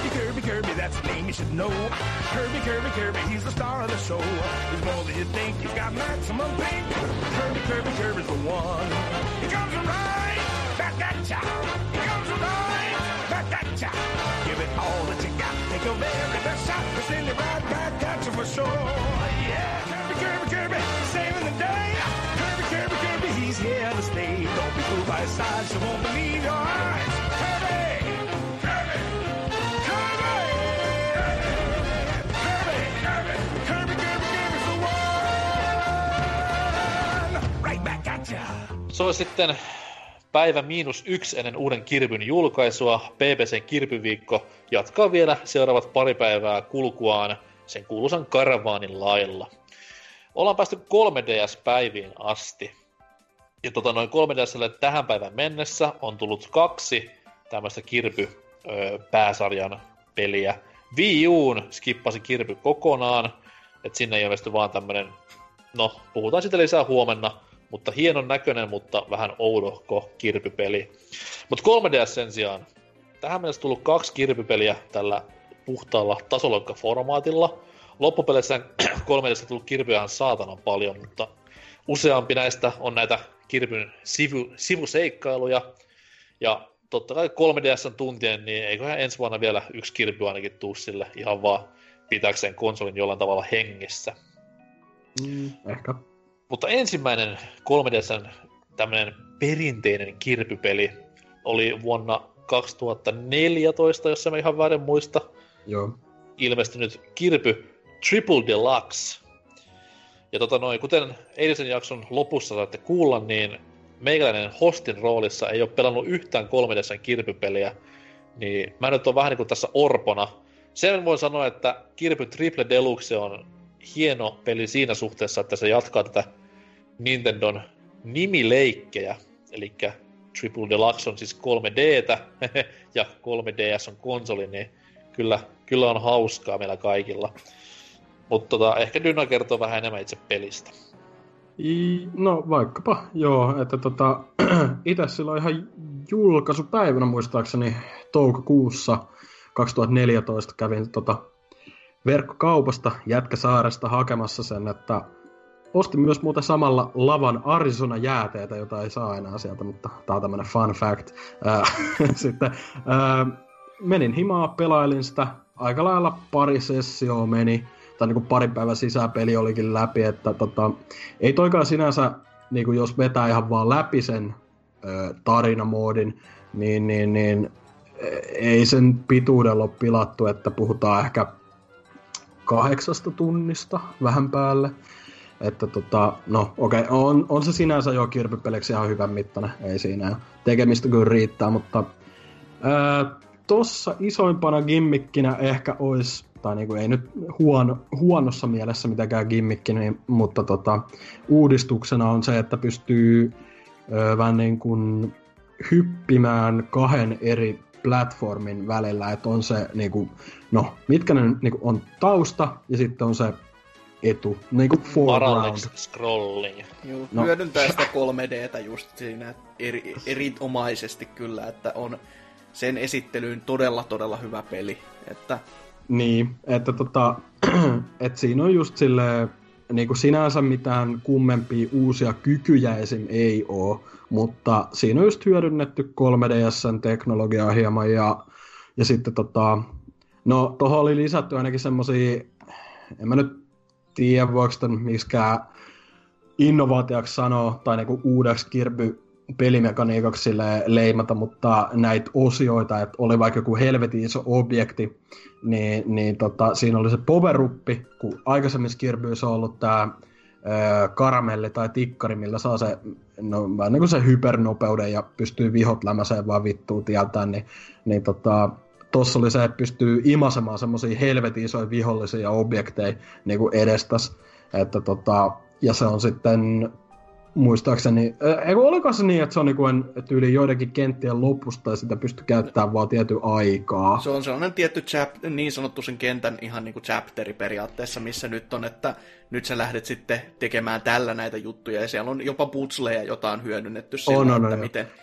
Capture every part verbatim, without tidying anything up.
Kirby, Kirby, Kirby, that's the name you should know. Kirby, Kirby, Kirby, he's the star of the show. He's more than you think, he's got maximum pink. Kirby, Kirby, Kirby's the one. He comes right back at ya. He comes right back at ya. Give it all that you got. Take a very best shot. We'll send it right back at you for sure. Yeah, Kirby, Kirby, Kirby, saving the day. Kirby, Kirby, Kirby, he's here to stay. Don't be fooled by his size, you won't believe your eyes. Kirby, Kirby, Kirby, Kirby, Kirby, Kirby, Kirby, Kirby's the one. Right back at ya. Se on sitten päivä miinus yksi ennen uuden Kirbyn julkaisua. B B C:n Kirbyviikko jatkaa vielä seuraavat pari päivää kulkuaan sen kuuluisan karavaanin lailla. Ollaan päästy kolme D S-päiviin asti. Ja tota noin kolme D S:lle tähän päivän mennessä on tullut kaksi tämmöistä Kirby-pääsarjan peliä. Wii U:n skippasi Kirby kokonaan, et sinne ei ilmesty vaan tämmönen, no puhutaan siitä lisää huomenna, mutta hienon näköinen, mutta vähän oudohko Kirby-peli. Mut kolme D S sen sijaan. Tähän mennessä tullut kaksi Kirby-peliä tällä puhtaalla tasoloikkaformaatilla. Loppupeleissä kolme D S tullut Kirbyä ihan saatanan paljon, mutta useampi näistä on näitä Kirbyn sivu, sivuseikkailuja. Ja totta kai kolme D S:n tuntien, niin eiköhän ensi vuonna vielä yksi Kirby ainakin tuu sille ihan vaan pitääkseen konsolin jollain tavalla hengissä. Mm, ehkä. Mutta ensimmäinen kolme D S:n tämmönen perinteinen Kirby-peli oli vuonna kaksituhattaneljätoista, jos mä ihan väärin muista. Joo. Ilmestynyt Kirby Triple Deluxe. Ja tota noin, kuten eilisen jakson lopussa saatte kuulla, niin meikäläinen hostin roolissa ei ole pelannut yhtään kolme D S:n Kirby-peliä, niin mä nyt on vähän niin kuin tässä orpona. Sen voin sanoa, että Kirby Triple Deluxe on hieno peli siinä suhteessa, että se jatkaa tätä Nintendon nimileikkejä. Elikkä Triple Deluxe on siis kolme D:tä ja kolme D S on konsoli, niin kyllä, kyllä on hauskaa meillä kaikilla. Mutta tota, ehkä Dyna kertoo vähän enemmän itse pelistä. I, no vaikkapa, joo, että tota, itse silloin ihan julkaisupäivänä muistaakseni toukokuussa kaksituhattaneljätoista kävin tota verkkokaupasta Jätkäsaaresta hakemassa sen, että ostin myös muuten samalla Lavan Arizona-jääteitä, jota ei saa enää sieltä, mutta tää on tämmönen fun fact. Ää, sitten ää, menin himaa, pelailin sitä, aika lailla pari sessioa meni, tai niinku parin päivän sisään peli olikin läpi, että tota, ei toikaan sinänsä, niinku jos vetää ihan vaan läpi sen ö, tarinamoodin, niin, niin, niin ei sen pituudella ole pilattu, että puhutaan ehkä kahdeksasta tunnista vähän päälle. Että tota, no okei, okay, on, on se sinänsä jo Kirby-peliksi ihan hyvän mittainen, ei siinä tekemistä kyllä riittää, mutta ää, tossa isoimpana gimmikkinä ehkä ois, tai niinku ei nyt huono, huonossa mielessä mitenkään gimmikki, niin, mutta tota, uudistuksena on se, että pystyy ö, vähän niin kuin hyppimään kahden eri platformin välillä, että on se niinku, no mitkä ne niinku on tausta ja sitten on se etu, niinku foreground. Scrolling. Joo, no. Hyödyntää sitä kolme D:tä just siinä eri, erinomaisesti kyllä, että on sen esittelyyn todella todella hyvä peli. Että... Niin, että tota, et siinä on just silleen, niinku sinänsä mitään kummempia uusia kykyjä esim. Ei oo, mutta siinä on just hyödynnetty kolme D S:n teknologiaa hieman ja, ja sitten tota, no tohon oli lisätty ainakin semmosia, en mä nyt tiedä voiko tämän miskään innovaatioksi sanoa tai niinku uudeksi Kirby-pelimekaniikaksi silleen leimata, mutta näitä osioita, että oli vaikka joku helvetin iso objekti, niin, niin tota, siinä oli se power-uppi, kun aikaisemmin Kirbyissä on ollut tää ö, karamelli tai tikkari, millä saa se, no, vähän niin kuin se hypernopeuden ja pystyy vihot lämäseen vaan vittuun tieltään, niin, niin tota, tossa oli se, että pystyy imasemaan semmosia helvetin isoja vihollisia objekteja niin kuin edestäs, että tota, ja se on sitten muistaakseni, eikö oliko se niin, että se on niin tyyli joidenkin kenttien lopusta ja sitä pystyy käyttämään vaan tietyn aikaa? Se on sellainen tietty chap- niin sanottu sen kentän ihan niin kuin chapteri periaatteessa, missä nyt on, että nyt sä lähdet sitten tekemään tällä näitä juttuja ja siellä on jopa putsleja, jota on hyödynnetty sillä, on, on, että on, miten,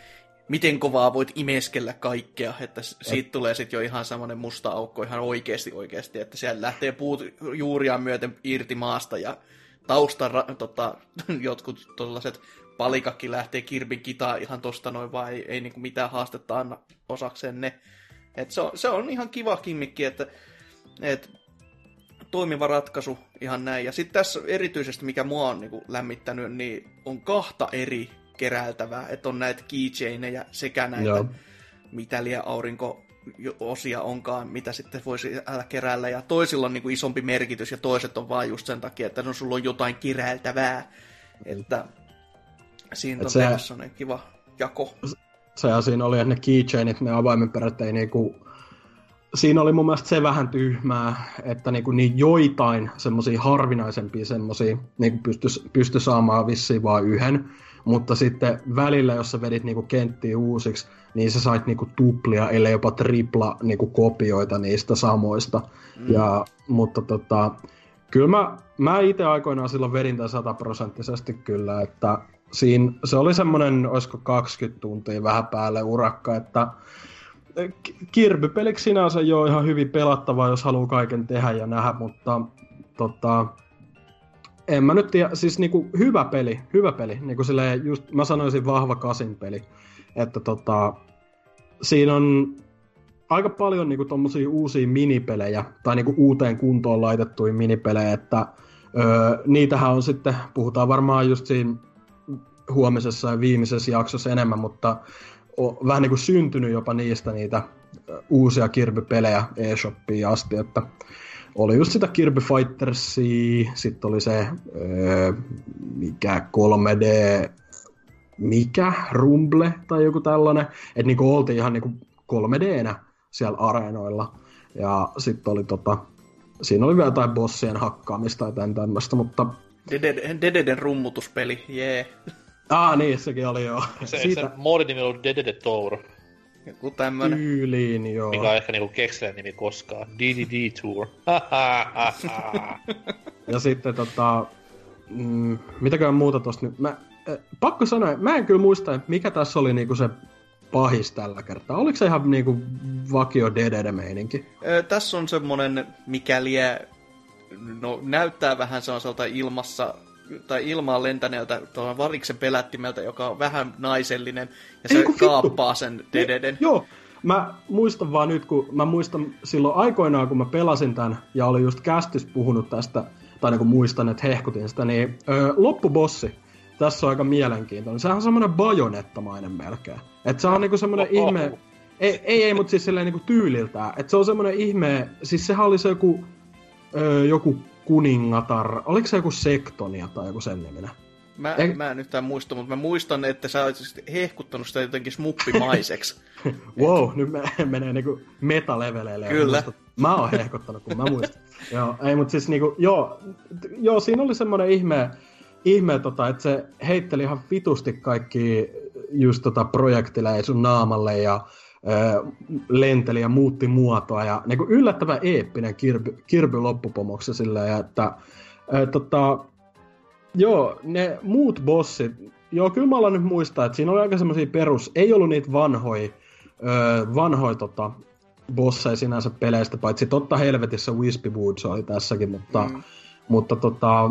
miten kovaa voit imeskellä kaikkea, että siitä tulee sitten jo ihan semmoinen musta aukko ihan oikeasti oikeasti, että siellä lähtee puut juuriaan myöten irti maasta ja taustan tota, jotkut tollaiset palikakki lähtee Kirbyn kitaa ihan tosta noin, vaan ei, ei niinku mitään haastetta anna osakseen ne. Et se, on, se on ihan kiva kimmikki, että et, toimiva ratkaisu ihan näin. Ja sitten tässä erityisesti, mikä mua on niinku lämmittänyt, niin on kahta eri keräiltävää. Että on näitä keychaineja sekä näitä Joo. mitä liian aurinko-osia onkaan, mitä sitten voisi keräillä. Ja toisilla on niinku isompi merkitys ja toiset on vaan just sen takia, että no, sulla on jotain keräiltävää. Että siinä on se, sellainen kiva jako. Se siinä oli, että ne keychainit, ne avaimenperät ei niinku... Siinä oli mun mielestä se vähän tyhmää, että niinku niin joitain semmosia harvinaisempia semmosia niinku pysty, pysty saamaan vissiin vaan yhden, mutta sitten välillä, jos sä vedit niinku kenttiä uusiksi, niin sä sait niinku tuplia, ellei jopa tripla niinku kopioita niistä samoista. Mm. Ja, mutta tota, kyllä mä, mä itse aikoinaan silloin vedin tämän sataprosenttisesti kyllä, että siinä, se oli semmonen, olisiko kaksikymmentä tuntia vähän päälle urakka, että Kirby-peliksi sinänsä jo ihan hyvin pelattavaa, jos haluaa kaiken tehdä ja nähdä, mutta tota, en mä nyt tiedä, siis niinku hyvä peli, hyvä peli, niinku silleen just, mä sanoisin vahva kasin peli, että tota, siinä on aika paljon niinku tommosia uusia minipelejä, tai niinku uuteen kuntoon laitettuja minipelejä, että öö, niitähän on sitten, puhutaan varmaan just siinä huomisessa ja viimeisessä jaksossa enemmän, mutta on vähän niin kuin syntynyt jopa niistä niitä uusia Kirby-pelejä eShopiin asti, että oli just sitä Kirby Fightersia, sitten oli se öö, mikä kolme D, mikä Rumble tai joku tällainen, että niinku oltiin ihan niinku kolme D-nä siellä areenoilla, ja sitten oli tota, siinä oli vielä jotain bossien hakkaamista tai tämmöistä, mutta Dededen rummutuspeli, jee. Yeah. Ah, niin, sekin oli joo. Se, Siitä... se moodin nimi oli Dedede Tour. Joku tämmönen. Tyyliin, joo. Mikä on ehkä niinku kekselen nimi koskaan. D D D Tour. Ja sitten tota... Mm, mitäkään muuta tosta nyt... Mä, äh, pakko sanoa, mä en kyllä muista, mikä tässä oli niinku se pahis tällä kertaa. Oliko se ihan niinku vakio Dedede-meininki? Äh, tässä on semmonen, mikäli no, näyttää vähän sellaiselta ilmassa... tai ilmaan lentäneeltä tuolla variksen pelättimeltä, joka on vähän naisellinen, ja se kaappaa sen Dededen. Joo, mä muistan vaan nyt, kun mä muistan silloin aikoinaan, kun mä pelasin tän, ja oli just Kästys puhunut tästä, tai niin kuin muistan, että hehkutin sitä, niin öö, loppubossi, tässä on aika mielenkiintoinen. Sehän on semmoinen bajonettamainen melkein. Että se on niinku semmoinen oh, ihme... Oh. Ei, ei, ei mutta siis silleen niinku tyyliltään. Että se on semmoinen ihme... Siis sehän oli se joku... Öö, joku kuningatar... Oliko se joku Sektonia tai joku sen niminen? Mä, Ei... mä en yhtään muista, mutta mä muistan, että sä olisit hehkuttanut sitä jotenkin smuppimaiseksi. Wow, nyt me, menee niinku metaleveleille. Kyllä. Mä oon hehkuttanut, kun mä muistan. Joo, ei, mutta siis niinku... Joo, joo siinä oli semmoinen ihme... Ihme, tota, että se heitteli ihan vitusti kaikki just tota projektileja sun naamalle ja ö, lenteli ja muutti muotoa. Ja niin kuin yllättävän eeppinen Kirby, Kirby loppupomoksi silleen, että ö, tota, joo, ne muut bossit, joo, kyllä mä alan nyt muistaa, että siinä oli aika semmosia perus, ei ollut niitä vanhoja, ö, vanhoja tota, bosseja sinänsä peleistä, paitsi totta helvetissä Wispy Woods oli tässäkin, mutta, mm. mutta tota...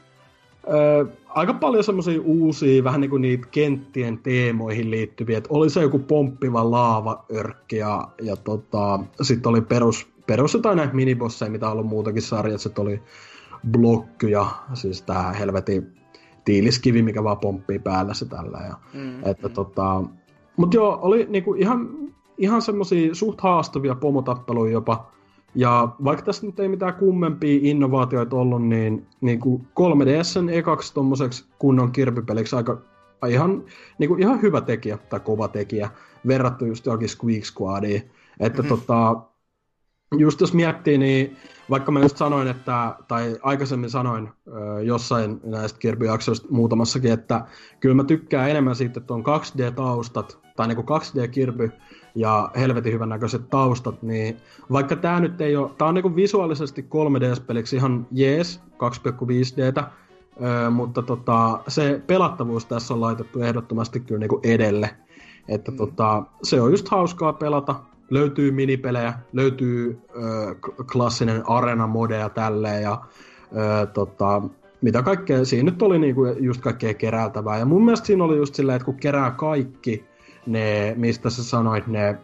Öö, aika paljon semmosia uusia, vähän niinku niitä kenttien teemoihin liittyviä, että oli se joku pomppiva laavaörkki ja, ja tota, sitten oli perus, perus jotain näitä minibosseja, mitä on ollut muutakin sarjassa, että oli blokky ja siis tää helvetin tiiliskivi, mikä vaan pomppii päällä se tällä. Ja, mm, että, mm. Tota, mut joo, oli niinku ihan, ihan semmosia suht haastavia pomotappeluja jopa. Ja vaikka tässä nyt ei mitään kummempia innovaatioita ollut, niin, niin kuin kolme D S:n ekaksi tommoseksi kunnon Kirby-peliksi aika ihan, niin kuin ihan hyvä tekijä tai kova tekijä verrattu just johonkin Squeak Squadiin. Että mm-hmm. tota, just jos miettii, niin vaikka mä just sanoin, että, tai aikaisemmin sanoin ö, jossain näistä Kirby-jaksoista muutamassakin, että kyllä mä tykkään enemmän siitä, että on kaksi D-taustat, tai niin kuin kaksi D-Kirby, ja helvetin hyvän näköiset taustat, niin vaikka tää nyt ei oo, tää on niinku visuaalisesti kolme D S-peliksi ihan jees, kaksi pilkku viisi D:tä, öö, mutta tota, se pelattavuus tässä on laitettu ehdottomasti kyllä niinku edelle. Että mm. tota, se on just hauskaa pelata. Löytyy minipelejä, löytyy ö, klassinen arena-mode ja tälleen, ja ö, tota, mitä kaikkea, siinä nyt oli niinku just kaikkea keräiltävää. Ja mun mielestä siinä oli just silleen, että kun kerää kaikki ne, mistä sä sanoit, ne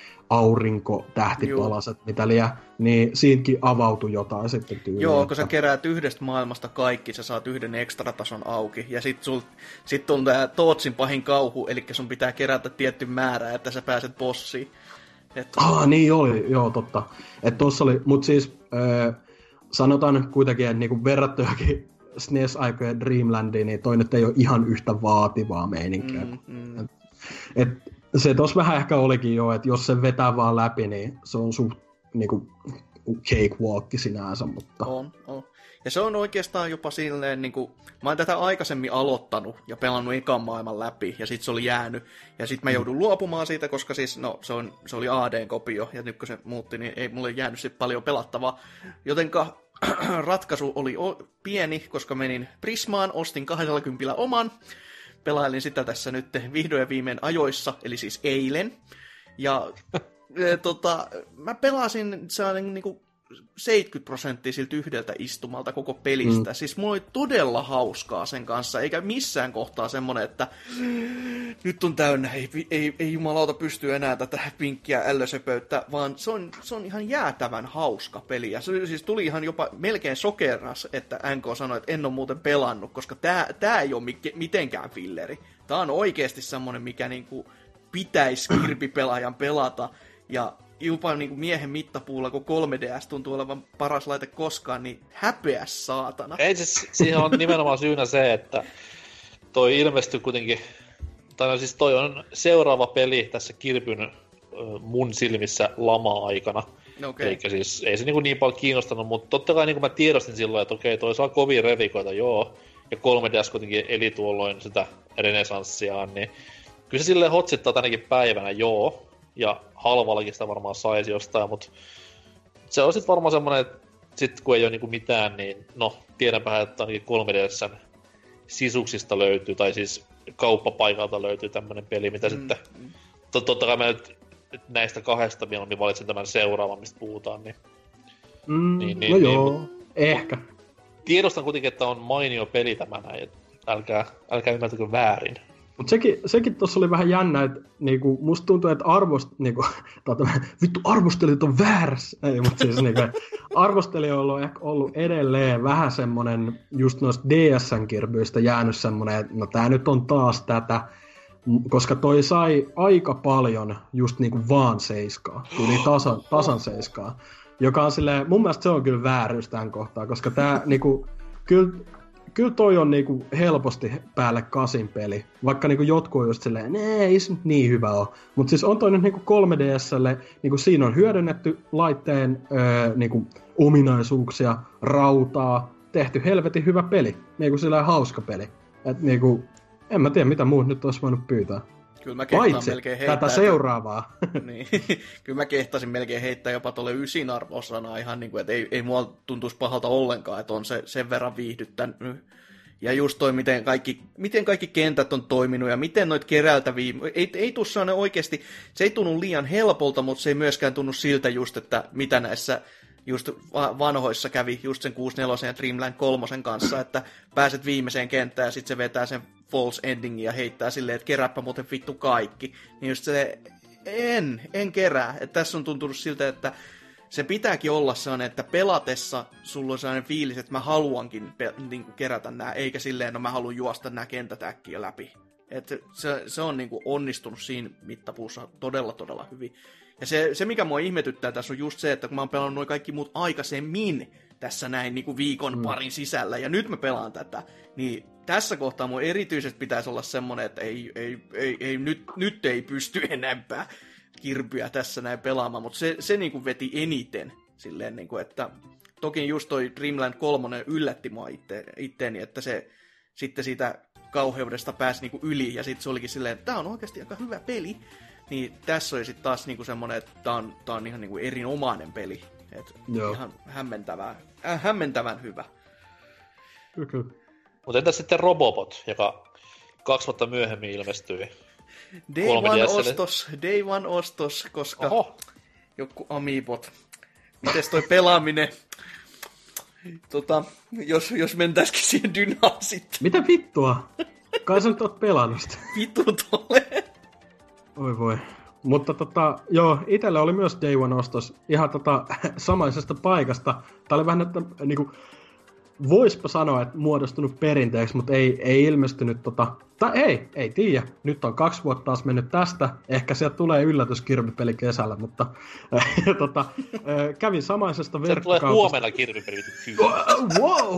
aurinkotähtipalaset, Juu. mitä liian, niin siinäkin avautui jotain sitten tyyliin. Joo, kun sä keräät yhdestä maailmasta kaikki, sä saat yhden ekstratason auki, ja sit, sul, sit on tää Tootsin pahin kauhu, eli sun pitää kerätä tietty määrä, että sä pääset bossiin. Että... Ah, niin oli, joo, totta. Että tossa oli, mut siis äh, sanotaan nyt kuitenkin, että niinku verrattujakin S N E S-aikojen Dreamlandiin, niin toi nyt ei ole ihan yhtä vaativaa meininkiä. Mm, mm. Et, et, se tossa vähän ehkä olikin jo, että jos se vetää vaan läpi, niin se on suht niinku cakewalkki sinänsä, mutta... On, on. Ja se on oikeastaan jopa silleen, niin kuin, mä oon tätä aikaisemmin aloittanut ja pelannut ekan maailman läpi, ja sit se oli jäänyt. Ja sit mä joudun luopumaan siitä, koska siis, no, se, on, se oli A D-kopio, ja nyt kun se muutti, niin ei mulle jäänyt sit paljon pelattavaa. Jotenka ratkaisu oli pieni, koska menin Prismaan, ostin kaksikymmentä oman, pelailin sitä tässä nyt vihdoin ja viimein ajoissa, eli siis eilen. Ja e, tota, mä pelasin sellainen niinku seitsemänkymmentä prosenttia siltä yhdeltä istumalta koko pelistä. Mm. Siis mulla oli todella hauskaa sen kanssa, eikä missään kohtaa semmonen, että nyt on täynnä, ei, ei, ei jumalauta pysty enää tätä pinkkiä ällösöpöyttä, vaan se on, se on ihan jäätävän hauska peli. Ja se siis tuli ihan jopa melkein sokeras, että N K sanoi, että en ole muuten pelannut, koska tää, tää ei ole mitenkään filleri. Tää on oikeasti semmonen, mikä niinku pitäisi kirpipelaajan pelata, ja jopa niin kuin miehen mittapuulla, kun kolme D S tuntuu olevan paras laite koskaan, niin häpeä saatana. Ei siis, siihen on nimenomaan syynä se, että toi ilmestyi kuitenkin, tai no siis toi on seuraava peli tässä Kirpyn mun silmissä lama-aikana. Okay. Eikä siis, ei se niin, niin paljon kiinnostanut, mutta totta kai niin kuin mä tiedostin silloin, että okei, toi saa kovia revikoita, joo. Ja kolme D S kuitenkin eli tuolloin sitä renesanssiaan, niin kyllä se silleen hotsittaa tänäkin päivänä, joo. Ja halvallakin sitä varmaan saisi jostain, mutta se on sitten varmaan semmoinen, että sit kun ei ole niinku mitään, niin no, tiedänpä, että ainakin kolme D S:n sisuksista löytyy, tai siis kauppapaikalta löytyy tämmönen peli, mitä mm. sitten, tot, totta kai mä nyt näistä kahdesta mieluummin valitsen tämän seuraavan, mistä puhutaan, niin... Mm, niin, niin no niin, joo, niin, ehkä. Tiedostan kuitenkin, että on mainio peli tämä näin, että älkää, älkää ymmärtäkö väärin. Mutta sekin, sekin tuossa oli vähän jännä, että niinku, musta tuntuu, että arvost, niinku, vittu arvostelijat on väärässä. Ei, mutta siis niinku, arvostelijoilla on ehkä ollut edelleen vähän semmonen, just noista D S-kirpyistä jäänyt semmonen, että no tää nyt on taas tätä, koska toi sai aika paljon just niinku vaan seiskaa, tuli tasan, tasan seiskaa, joka on silleen, mun mielestä se on kyllä vääryys tämän kohtaa, koska tää niinku, kyllä, Kyllä toi on niinku helposti päälle kasin peli, vaikka niinku jotkut on just silleen, nee, ei se niin hyvä ole. Mutta siis on toi nyt niinku kolme D S:lle, niinku siinä on hyödynnetty laitteen öö, niinku ominaisuuksia, rautaa, tehty helvetin hyvä peli, niinku sillä hauska peli. Et niinku, en mä tiedä mitä muut nyt olisi voinut pyytää. Kyllä mä kehtaan Paitsi melkein heittää. tätä seuraavaa. Niin. Kyllä mä kehtasin melkein heittää jopa tuolle ysin arvosanaa ihan niin kuin, että ei, ei mua tuntuisi pahalta ollenkaan, että on se sen verran viihdyttänyt. Ja just toi, miten kaikki, miten kaikki kentät on toiminut ja miten noit keräiltäviä, ei, ei tuu sellainen oikeasti, se ei tunnu liian helpolta, mutta se ei myöskään tunnu siltä just, että mitä näissä just vanhoissa kävi just sen kuusikymmentäneljä ja Dreamland kolme kanssa, että pääset viimeiseen kenttään ja sitten se vetää sen false endingin ja heittää silleen, että kerääpä muuten vittu kaikki. Niin just se, en, en kerää. Että tässä on tuntunut siltä, että se pitääkin olla sellainen, että pelatessa sulla on sellainen fiilis, että mä haluankin pe- niin kuin kerätä nää, eikä silleen, no mä haluan juosta nää kentät äkkiä läpi. Että se, se on niin kuin onnistunut siinä mittapuussa todella, todella hyvin. Ja se, se, mikä mua ihmetyttää tässä on just se, että kun mä oon pelannut noin kaikki muut aikaisemmin tässä näin niin kuin viikon parin sisällä, ja nyt mä pelaan tätä, niin tässä kohtaa mun erityisesti pitäisi olla semmonen, että ei, ei, ei, ei, nyt, nyt ei pysty enempää kirpyä tässä näin pelaamaan, mutta se, se niin kuin veti eniten silleen, niin kuin, että toki just toi Dreamland kolme yllätti mua itte, itteeni, että se sitten siitä kauheudesta pääsi niin kuin yli, ja sitten se olikin silleen, että tää on oikeasti aika hyvä peli. Niin tässä oli sitten taas niinku semmonen, että tää on, tää on ihan niinku erinomainen peli. Et ihan hämmentävää, äh, hämmentävän hyvä. Kyllä. Mutta entäs sitten Robobot, joka kaksi vuotta myöhemmin ilmestyi? Day one ostos, day one ostos, koska Oho. joku amiibot. Mites toi pelaaminen? Tota, jos, jos mentäisikin siihen dynaan sitten. Mitä vittua? Kai sä nyt oot pelannut sitä. Vittu tolle. Oi voi. Mutta tota, joo, itellä oli myös Day One ostos ihan tota samaisesta paikasta. Tää oli vähän, että niinku, voispa sanoa, että muodostunut perinteeksi, mutta ei, ei ilmestynyt tota, tai ei, ei tiedä. Nyt on kaksi vuotta taas mennyt tästä. Ehkä sieltä tulee yllätys Kirby-peli kesällä, mutta äh, tota, äh, kävin samaisesta verkkokaupasta. Se tulee huomenna Kirby-peli. Wow!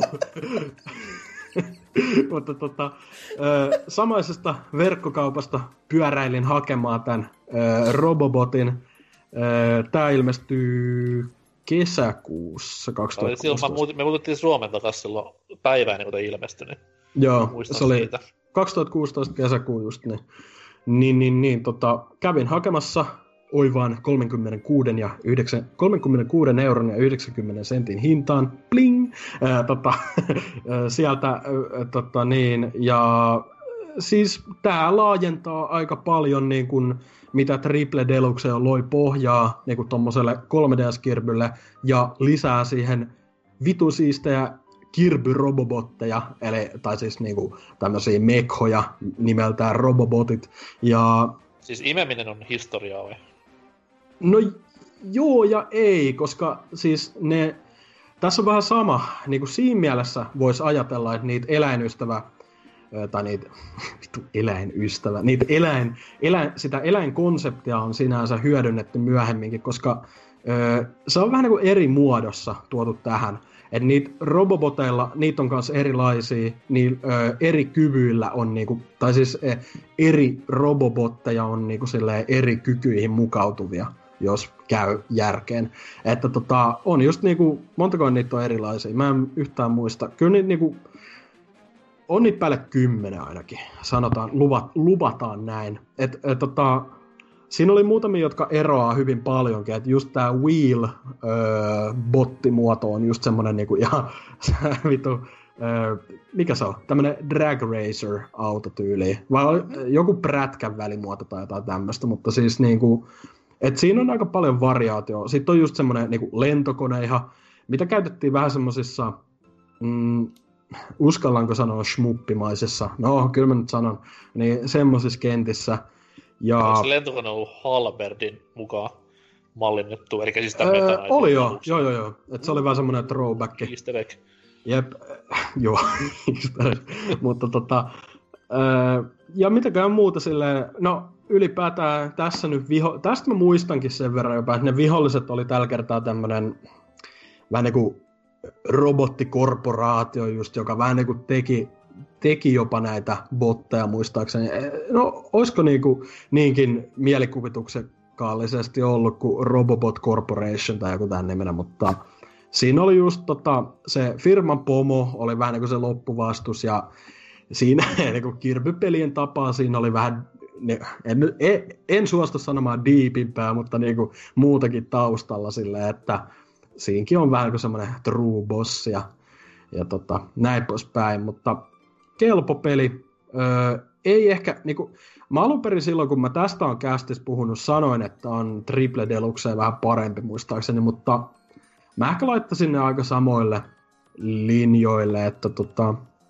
Mutta tota, ö, samaisesta verkkokaupasta pyöräilin hakemaan tämän ö, Robobotin. Ö, tää ilmestyy kesäkuussa kaksituhattakuusitoista. Silloin me muututtiin Suomen takaisin silloin päivään, kun tämä ilmestyi. Joo, muistan se oli siitä. kaksituhattakuusitoista kesäkuun just niin. Niin, niin, niin tota, kävin hakemassa oivaan kolmekymmentäkuusi, ja yhdeksän, kolmekymmentäkuusi euron ja yhdeksänkymmentä sentin hintaan, bling, ää, tota, sieltä, ää, tota, niin, ja siis tää laajentaa aika paljon niin kun, mitä Triple Deluxe loi pohjaa niin kun tommoselle kolme D S-Kirbylle, ja lisää siihen vitusiistejä Kirby-robobotteja, eli, tai siis niinku tämmösiä mekhoja nimeltään robobotit, ja siis imeminen on historiaa vai? No joo ja ei, koska siis ne, tässä on vähän sama, niin kuin siinä mielessä voisi ajatella, että niitä eläinystävä, tai niitä, vittu eläinystävä, niitä eläin, eläin, sitä eläinkonseptia on sinänsä hyödynnetty myöhemminkin, koska ö, se on vähän niin kuin eri muodossa tuotu tähän. Että niitä roboboteilla, niitä on kanssa erilaisia, niin ö, eri kyvyillä on niinku, tai siis e, eri robobotteja on niinku silleen eri kykyihin mukautuvia, jos käy järkeen. Että tota, on just niinku, montako niitä on erilaisia, mä en yhtään muista. Kyllä niitä niinku, on niitä päälle kymmenen ainakin, sanotaan, luvat, luvataan näin. Et, et, tota, siinä oli muutamia, jotka eroaa hyvin paljonkin, että just tää Wheel-bottimuoto on just semmonen niinku ihan vittu, öö, mikä se on? Tämmönen drag racer autotyyli, vai joku prätkän välimuoto tai jotain tämmöstä, mutta siis niinku, et siinä on aika paljon variaatioa. Sitten on just semmonen niinku lentokone ihan, mitä käytettiin vähän semmosissa, mm, uskallanko sanoa schmuppimaisessa, no kyllä mä nyt sanon, niin semmosissa kentissä. Ja onko se lentokone ollut Halberdin mukaan mallinnettu? Eli siis tämän öö, oli joo, joo, joo, joo. Et se oli vähän semmoinen throwback. Easter egg. Jep, joo, easter egg. Mutta tota, öö, ja mitäkään muuta silleen, no ylipäätään tässä nyt, viho, tästä mä muistankin sen verran jopa, että ne viholliset oli tällä kertaa tämmönen vähän niinku robottikorporaatio just, joka vähän niinku teki teki jopa näitä botteja muistaakseni. No, olisiko niinku niinkin mielikuvituksekkaallisesti ollut kuin Robobot Corporation tai joku tämän nimenä, mutta siinä oli just tota, se firman pomo oli vähän niin kuin se loppuvastus, ja siinä niin kuin Kirby-pelien tapaa siinä oli vähän, en, en, en suostu sanomaan diipimpää, mutta niin kuin muutakin taustalla silleen, että siinäkin on vähän kuin semmoinen true boss ja, ja tota, näin poispäin, mutta kelpo peli. Öö, ei ehkä, niinku, mä alun perin silloin, kun mä tästä on kästissä puhunut, sanoin, että on Triple Deluxe vähän parempi muistaakseni, mutta mä ehkä laittaisin ne aika samoille linjoille, että tota,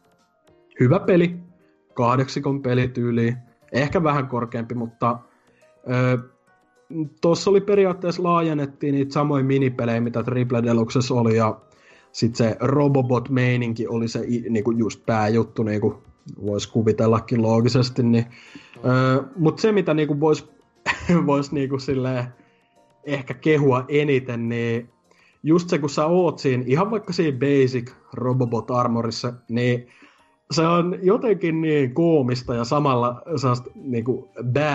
hyvä peli, kahdeksikon pelityyli, ehkä vähän korkeampi, mutta öö, tossa oli periaatteessa laajennettiin niitä samoja minipelejä, mitä Triple Deluxessa oli, ja sitten se Robobot-meininki oli se niinku just pääjuttu, niinku voisi kuvitellakin loogisesti. Niin, öö, mutta se, mitä niinku voisi vois niinku silleen ehkä kehua eniten, niin just se, kun sä oot siinä, ihan vaikka siinä basic Robobot-armorissa, niin se on jotenkin niin koomista ja samalla sellaista niinku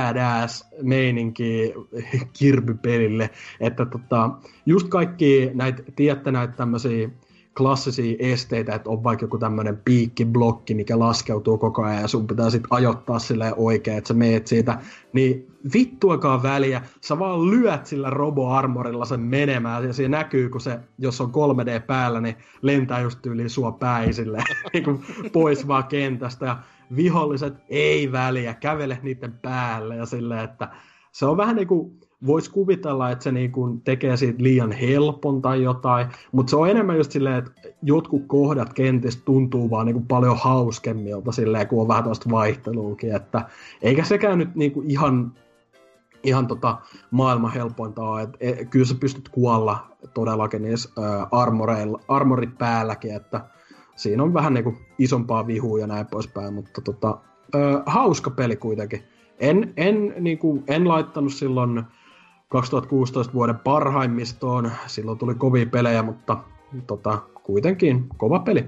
badass-meininkiä Kirby-pelille, että tota, just kaikki näitä, tiedätte näitä tämmösiä klassisia esteitä, että on vaikka joku tämmöinen piikkiblokki, mikä laskeutuu koko ajan ja sun pitää sitten ajoittaa silleen oikein, että sä meet siitä, niin vittuakaan väliä, sä vaan lyöt sillä robo-armorilla sen menemään ja siinä näkyy, kun se, jos on kolme D päällä, niin lentää just yli sua päin silleen, niin kuin pois vaan kentästä ja viholliset ei väliä, kävele niiden päälle ja silleen, että se on vähän niin kuin voisi kuvitella, että se niinku tekee siitä liian helpon tai jotain, mutta se on enemmän just silleen, että jotkut kohdat kentistä tuntuu vaan niinku paljon hauskemmilta silleen, kun on vähän toista vaihteluukin, että eikä sekään nyt niinku ihan, ihan tota maailman helpointa ole, että et, kyllä sä pystyt kuolla todellakin niissä ä, armoreilla, armorit päälläkin, että siinä on vähän niinku isompaa vihua ja näin poispäin, mutta tota, ä, hauska peli kuitenkin. En, en, niinku, en laittanut silloin kaksituhattakuusitoista vuoden parhaimmistoon. Silloin tuli kovia pelejä, mutta tota, kuitenkin kova peli.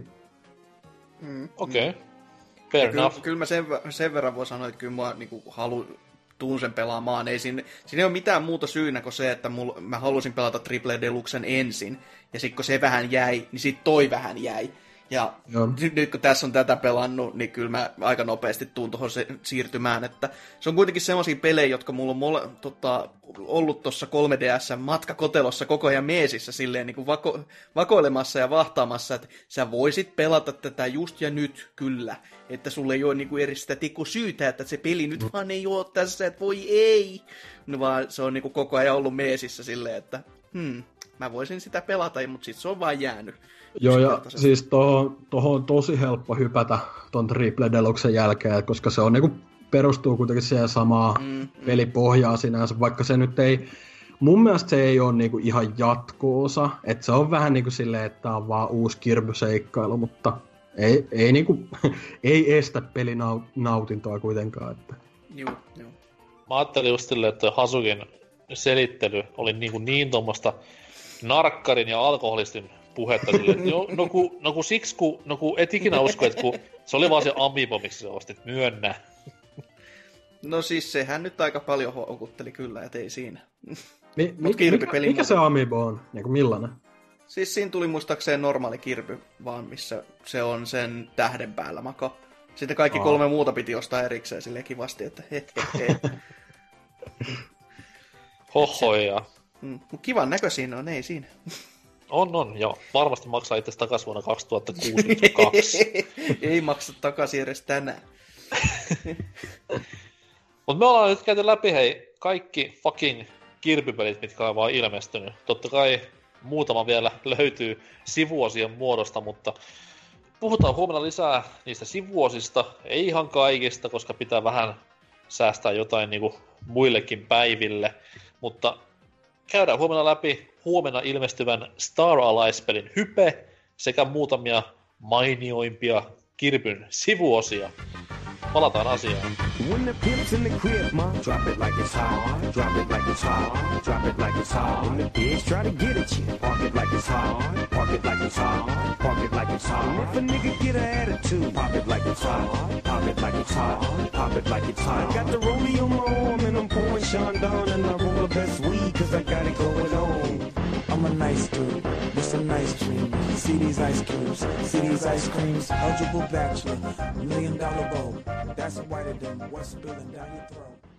Mm, Okei. Okay. Fair kyllä, enough. kyllä mä sen, sen verran voin sanoa, että kyllä mä niinku halu, tuun sen pelaamaan. Ei siinä, siinä ei ole mitään muuta syynä kuin se, että mul, mä halusin pelata Triple Deluxen ensin. Ja sitten kun se vähän jäi, niin sit toi vähän jäi. Ja nyt, nyt kun tässä on tätä pelannut, niin kyllä mä aika nopeasti tuun tuohon se, siirtymään. Että se on kuitenkin semmosia pelejä, jotka mulla on mole, tota, ollut tuossa kolme D S-matkakotelossa koko ajan meesissä silleen niin kuin vako, vakoilemassa ja vahtaamassa, että sä voisit pelata tätä just ja nyt kyllä. Että sulle ei ole niin kuin eri sitä tikku syytä, että se peli nyt vaan ei ole tässä, että voi ei. No vaan se on niin kuin koko ajan ollut meesissä silleen, että hmm, mä voisin sitä pelata, mutta sit se on vaan jäänyt. Joo, ja siis tohon, tohon on tosi helppo hypätä ton Triple Deluxen jälkeen, koska se on niinku, perustuu kuitenkin siihen samaa mm, mm. pelipohjaa sinänsä, vaikka se nyt ei, mun mielestä se ei ole niinku ihan jatko-osa, että se on vähän niinku silleen, että tää on vaan uusi Kirby-seikkailu, mutta ei, ei, niinku, ei estä pelinautintoa kuitenkaan. Että. Joo, joo. Mä ajattelin just silleen, että Hasukin selittely oli niinku niin tuommoista narkkarin ja alkoholistin puhetta silleen, että no, no, ku, no ku siksi, ku, no ku et ikinä usko, että ku, se oli vaan se Amiibo, miksi sä ostit, myönnä. No siis sehän nyt aika paljon houkutteli kyllä, et ei siinä. Mi, mi, mikä mikä se Amiibo on? Niin kuin millainen? Siis siinä tuli muistaakseen normaali Kirby, vaan missä se on sen tähden päällä maka. Sitten kaikki Aa. kolme muuta piti ostaa erikseen silleen kivasti, että he he he. Hohoja. Mm, kivan näköisiä on, ei siinä. On, on, joo. Varmasti maksaa itse takaisin vuonna kaksituhattakuusikymmentäkaksi. Ei maksa takaisin edes tänään. Mut me ollaan nyt käyty läpi, hei, kaikki fucking Kirby-pelit, mitkä on vaan ilmestynyt. Totta kai muutama vielä löytyy sivuosien muodosta, mutta puhutaan huomenna lisää niistä sivuosista. Ei ihan kaikista, koska pitää vähän säästää jotain niinku muillekin päiville. Mutta käydään huomenna läpi huomenna ilmestyvän Star Allies-pelin hype sekä muutamia mainioimpia Kirbyn sivuosia. Palataan asiaan. When the pimp's in the crib, ma, drop it like it's hot, drop it like it's hot, drop it like it's hot. When the pigs try to get at you, park it like it's hot, park it like it's hot, park it like it's hot. And if a nigga get an attitude, pop it like it's hot, pop it like it's hot, pop it like it's hot. I got the rollie on my arm and I'm pouring Sean down and I roll the best weed cause I got it going on. I'm a nice dude with some nice dreams. See these ice cubes, see these ice creams. Eligible bachelor, million dollar bow. That's whiter than what's spilling down your throat.